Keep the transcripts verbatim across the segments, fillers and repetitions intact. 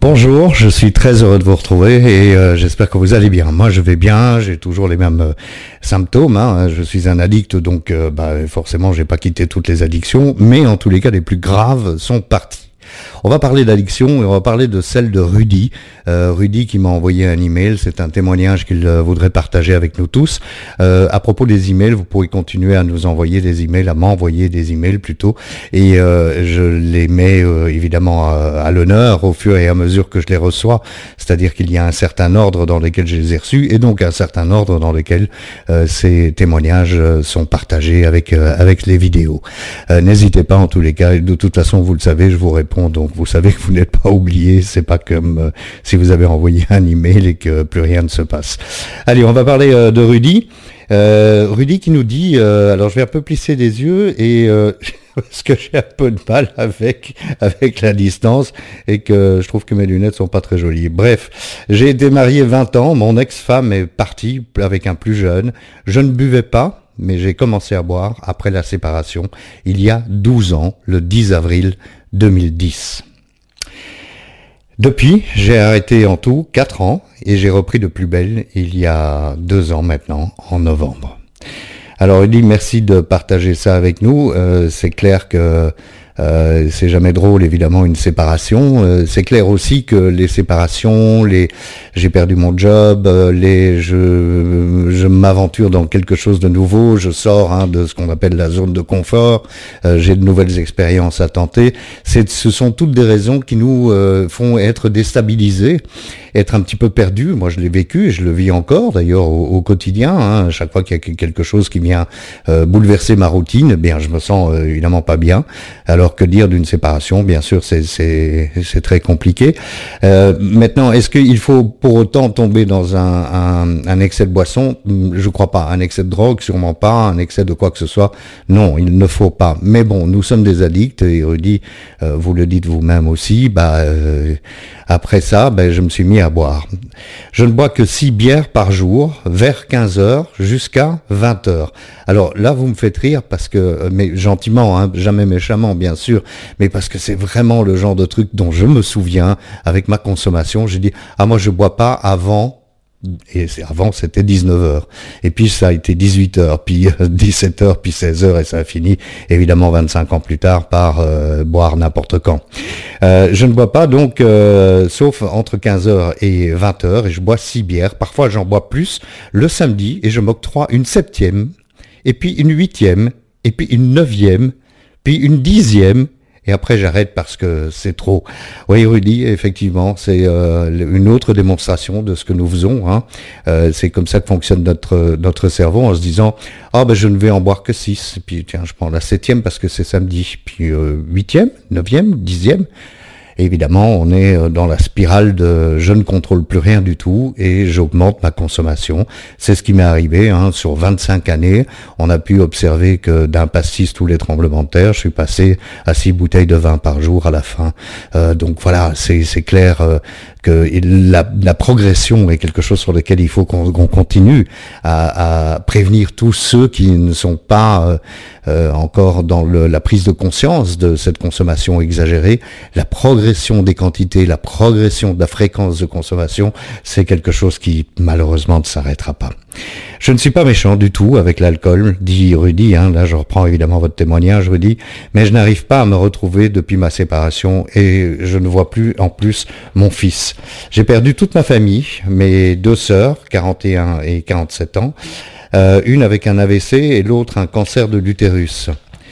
Bonjour, je suis très heureux de vous retrouver et euh, j'espère que vous allez bien. Moi je vais bien, j'ai toujours les mêmes euh, symptômes, hein. Je suis un addict donc euh, bah, forcément j'ai pas quitté toutes les addictions, mais en tous les cas les plus graves sont partis. On va parler d'addiction et on va parler de celle de Rudy. Euh, Rudy qui m'a envoyé un email, c'est un témoignage qu'il euh, voudrait partager avec nous tous. Euh, à propos des emails, vous pourrez continuer à nous envoyer des emails, à m'envoyer des emails plutôt, et euh, je les mets euh, évidemment à, à l'honneur au fur et à mesure que je les reçois, c'est-à-dire qu'il y a un certain ordre dans lequel je les ai reçus et donc un certain ordre dans lequel euh, ces témoignages euh, sont partagés avec euh, avec les vidéos. Euh, n'hésitez pas en tous les cas, de toute façon vous le savez, je vous réponds, donc vous savez que vous n'êtes pas oublié, c'est pas comme euh, si vous avez envoyé un email et que plus rien ne se passe. Allez, on va parler euh, de Rudy. Euh, Rudy qui nous dit, euh, alors je vais un peu plisser les yeux et euh, parce que j'ai un peu de mal avec avec la distance et que je trouve que mes lunettes sont pas très jolies. Bref, j'ai été marié vingt ans, mon ex-femme est partie avec un plus jeune. Je ne buvais pas, mais j'ai commencé à boire après la séparation il y a douze ans, le dix avril deux mille dix. Depuis, j'ai arrêté en tout quatre ans et j'ai repris de plus belle il y a deux ans maintenant, en novembre. Alors il dit merci de partager ça avec nous, euh, c'est clair que Euh, c'est jamais drôle évidemment une séparation. Euh, c'est clair aussi que les séparations, les j'ai perdu mon job, euh, les je je m'aventure dans quelque chose de nouveau, je sors hein, de ce qu'on appelle la zone de confort. Euh, j'ai de nouvelles expériences à tenter. C'est ce sont toutes des raisons qui nous euh, font être déstabilisés, être un petit peu perdus. Moi je l'ai vécu et je le vis encore d'ailleurs au, au quotidien. Hein, à chaque fois qu'il y a quelque chose qui vient euh, bouleverser ma routine, eh bien je me sens euh, évidemment pas bien. Alors Alors que dire d'une séparation, bien sûr, c'est c'est c'est très compliqué. Euh, maintenant, est-ce qu'il faut pour autant tomber dans un, un un excès de boisson? Je crois pas. Un excès de drogue, sûrement pas. Un excès de quoi que ce soit, non, il ne faut pas. Mais bon, nous sommes des addicts. Et Rudy, euh, vous le dites vous-même aussi. Bah euh, après ça, ben je me suis mis à boire. Je ne bois que six bières par jour, vers quinze heures jusqu'à vingt heures. Alors là, vous me faites rire parce que, mais gentiment, hein, jamais méchamment, bien sûr, mais parce que c'est vraiment le genre de truc dont je me souviens avec ma consommation. J'ai dit, ah moi je bois pas avant, et c'est, avant c'était dix-neuf heures, et puis ça a été dix-huit heures, puis dix-sept heures, puis seize heures, et ça a fini évidemment vingt-cinq ans plus tard par euh, boire n'importe quand. Euh, je ne bois pas donc, euh, sauf entre quinze heures et vingt heures, et je bois six bières, parfois j'en bois plus le samedi, et je m'octroie une septième, et puis une huitième, et puis une neuvième, puis une dixième, et après j'arrête parce que c'est trop. Oui, Rudy, effectivement, c'est euh, une autre démonstration de ce que nous faisons. Hein. Euh, c'est comme ça que fonctionne notre notre cerveau, en se disant ah ben je ne vais en boire que six. Et puis tiens, je prends la septième parce que c'est samedi. Puis euh, huitième, neuvième, dixième. Et évidemment, on est dans la spirale de je ne contrôle plus rien du tout et j'augmente ma consommation. C'est ce qui m'est arrivé hein, sur vingt-cinq années. On a pu observer que d'un pastis tous les tremblements de terre, je suis passé à six bouteilles de vin par jour à la fin. Euh, donc voilà, c'est, c'est clair euh, que la, la progression est quelque chose sur lequel il faut qu'on, qu'on continue à, à prévenir tous ceux qui ne sont pas euh, euh, encore dans le, la prise de conscience de cette consommation exagérée. La progression des quantités, la progression de la fréquence de consommation, c'est quelque chose qui malheureusement ne s'arrêtera pas. Je ne suis pas méchant du tout avec l'alcool, dit Rudy, hein, là je reprends évidemment votre témoignage Rudy, mais je n'arrive pas à me retrouver depuis ma séparation et je ne vois plus en plus mon fils. J'ai perdu toute ma famille, mes deux sœurs, quarante et un et quarante-sept ans, euh, une avec un A V C et l'autre un cancer de l'utérus.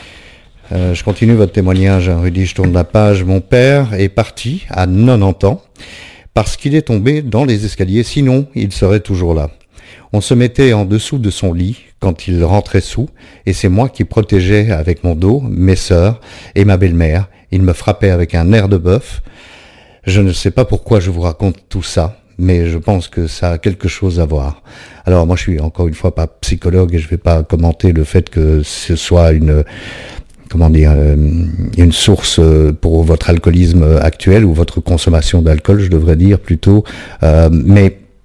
Euh, je continue votre témoignage, hein, Rudy, je tourne la page. Mon père est parti à quatre-vingt-dix ans parce qu'il est tombé dans les escaliers, sinon il serait toujours là. On se mettait en dessous de son lit quand il rentrait sous, et c'est moi qui protégeais avec mon dos mes sœurs et ma belle-mère. Il me frappait avec un air de bœuf. Je ne sais pas pourquoi je vous raconte tout ça, mais je pense que ça a quelque chose à voir. Alors moi je suis encore une fois pas psychologue et je vais pas commenter le fait que ce soit une... comment dire, euh, une source pour votre alcoolisme actuel ou votre consommation d'alcool, je devrais dire plutôt. Euh, mais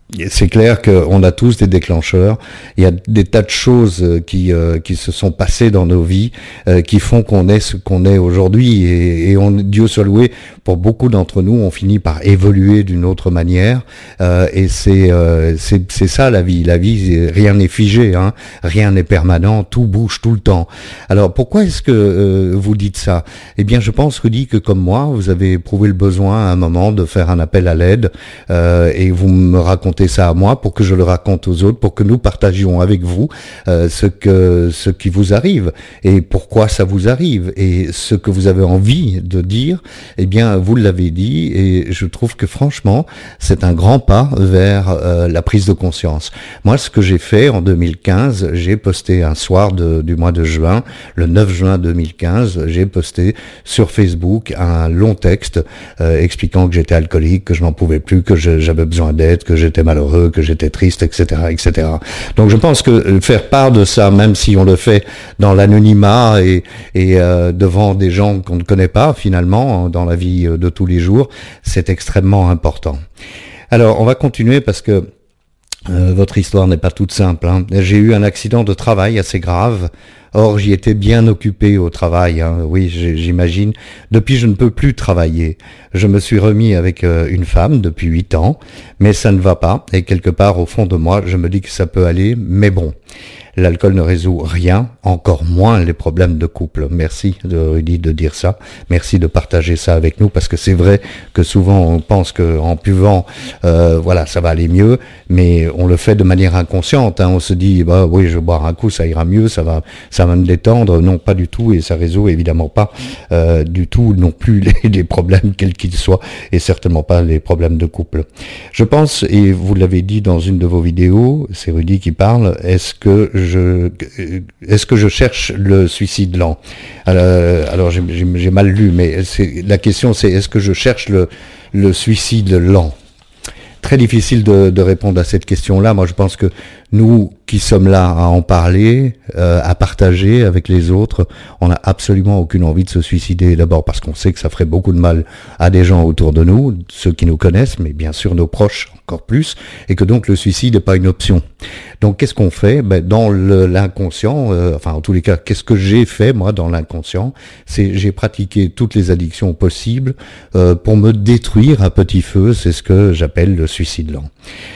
C'est clair qu'on a tous des déclencheurs. Il y a des tas de choses qui euh, qui se sont passées dans nos vies, euh, qui font qu'on est ce qu'on est aujourd'hui. Et, et on, Dieu soit loué, pour beaucoup d'entre nous, on finit par évoluer d'une autre manière. Euh, et c'est euh, c'est c'est ça la vie. La vie, rien n'est figé, hein. Rien n'est permanent. Tout bouge tout le temps. Alors pourquoi est-ce que euh, vous dites ça? Eh bien, je pense, Rudy, que comme moi, vous avez éprouvé le besoin à un moment de faire un appel à l'aide, euh, et vous me racontez ça à moi pour que je le raconte aux autres, pour que nous partagions avec vous euh, ce que ce qui vous arrive et pourquoi ça vous arrive et ce que vous avez envie de dire. Eh bien, vous l'avez dit et je trouve que franchement, c'est un grand pas vers euh, la prise de conscience. Moi, ce que j'ai fait en deux mille quinze, j'ai posté un soir de, du mois de juin, le neuf juin deux mille quinze, j'ai posté sur Facebook un long texte euh, expliquant que j'étais alcoolique, que je n'en pouvais plus, que je, j'avais besoin d'aide, que j'étais malheureux, que j'étais triste, et cetera, et cetera. Donc je pense que faire part de ça, même si on le fait dans l'anonymat et, et euh, devant des gens qu'on ne connaît pas finalement dans la vie de tous les jours, c'est extrêmement important. Alors on va continuer parce que euh, votre histoire n'est pas toute simple, hein. J'ai eu un accident de travail assez grave. Or, j'y étais bien occupé au travail, hein. Oui, j'imagine. Depuis, je ne peux plus travailler. Je me suis remis avec euh, une femme depuis huit ans, mais ça ne va pas. Et quelque part, au fond de moi, je me dis que ça peut aller, mais bon. L'alcool ne résout rien, encore moins les problèmes de couple. Merci de Rudy de dire ça. Merci de partager ça avec nous parce que c'est vrai que souvent on pense qu'en buvant, euh, voilà, ça va aller mieux, mais on le fait de manière inconsciente, hein. On se dit, bah oui, je vais boire un coup, ça ira mieux, ça va, ça va me détendre. Non, pas du tout, et ça résout évidemment pas euh, du tout non plus les, les problèmes quels qu'ils soient, et certainement pas les problèmes de couple. Je pense, et vous l'avez dit dans une de vos vidéos, c'est Rudy qui parle. Est-ce que je, est-ce que je cherche le suicide lent? Alors, alors j'ai, j'ai mal lu, mais c'est, la question c'est est-ce que je cherche le, le suicide lent? Très difficile de, de répondre à cette question-là. Moi, je pense que nous qui sommes là à en parler, euh, à partager avec les autres, on n'a absolument aucune envie de se suicider. D'abord parce qu'on sait que ça ferait beaucoup de mal à des gens autour de nous, ceux qui nous connaissent, mais bien sûr nos proches encore plus, et que donc le suicide n'est pas une option. Donc qu'est-ce qu'on fait? Ben, dans le, l'inconscient, euh, enfin en tous les cas, qu'est-ce que j'ai fait moi dans l'inconscient? C'est j'ai pratiqué toutes les addictions possibles euh, pour me détruire à petit feu. C'est ce que j'appelle le suicide lent.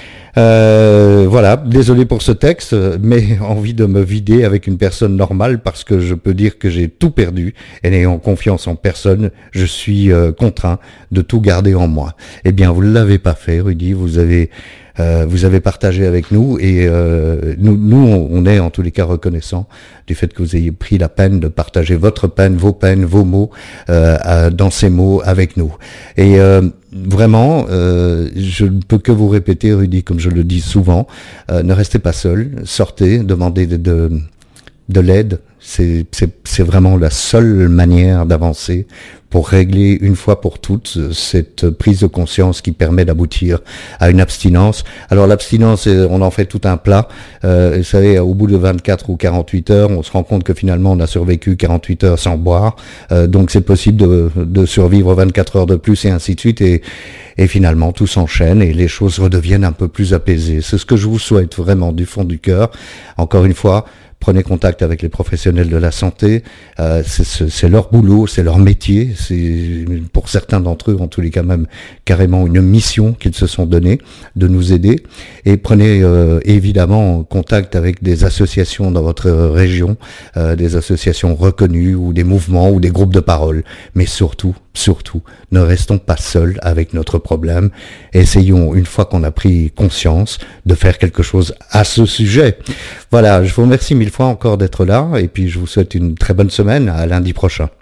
Euh, voilà, désolé pour ce texte, mais envie de me vider avec une personne normale parce que je peux dire que j'ai tout perdu et n'ayant confiance en personne, je suis euh, contraint de tout garder en moi. Eh bien, vous ne l'avez pas fait, Rudy, vous avez Euh, vous avez partagé avec nous et euh, nous, nous, on est en tous les cas reconnaissants du fait que vous ayez pris la peine de partager votre peine, vos peines, vos mots euh, à, dans ces mots avec nous. Et euh, vraiment, euh, je ne peux que vous répéter, Rudy, comme je le dis souvent, euh, ne restez pas seul, sortez, demandez de, de, de l'aide. C'est, c'est, c'est vraiment la seule manière d'avancer pour régler une fois pour toutes cette prise de conscience qui permet d'aboutir à une abstinence. Alors l'abstinence, on en fait tout un plat. Euh, vous savez, au bout de vingt-quatre ou quarante-huit heures, on se rend compte que finalement on a survécu quarante-huit heures sans boire. Euh, donc c'est possible de, de survivre vingt-quatre heures de plus et ainsi de suite. Et, et finalement tout s'enchaîne et les choses redeviennent un peu plus apaisées. C'est ce que je vous souhaite vraiment du fond du cœur. Encore une fois, prenez contact avec les professionnels de la santé, euh, c'est, c'est, c'est leur boulot, c'est leur métier, c'est pour certains d'entre eux en tous les cas même carrément une mission qu'ils se sont donnée de nous aider. Et prenez euh, évidemment contact avec des associations dans votre région, euh, des associations reconnues ou des mouvements ou des groupes de parole. Mais surtout, surtout, ne restons pas seuls avec notre problème. Essayons, une fois qu'on a pris conscience, de faire quelque chose à ce sujet. Voilà, je vous remercie mille fois encore d'être là et puis je vous souhaite une très bonne semaine. À lundi prochain.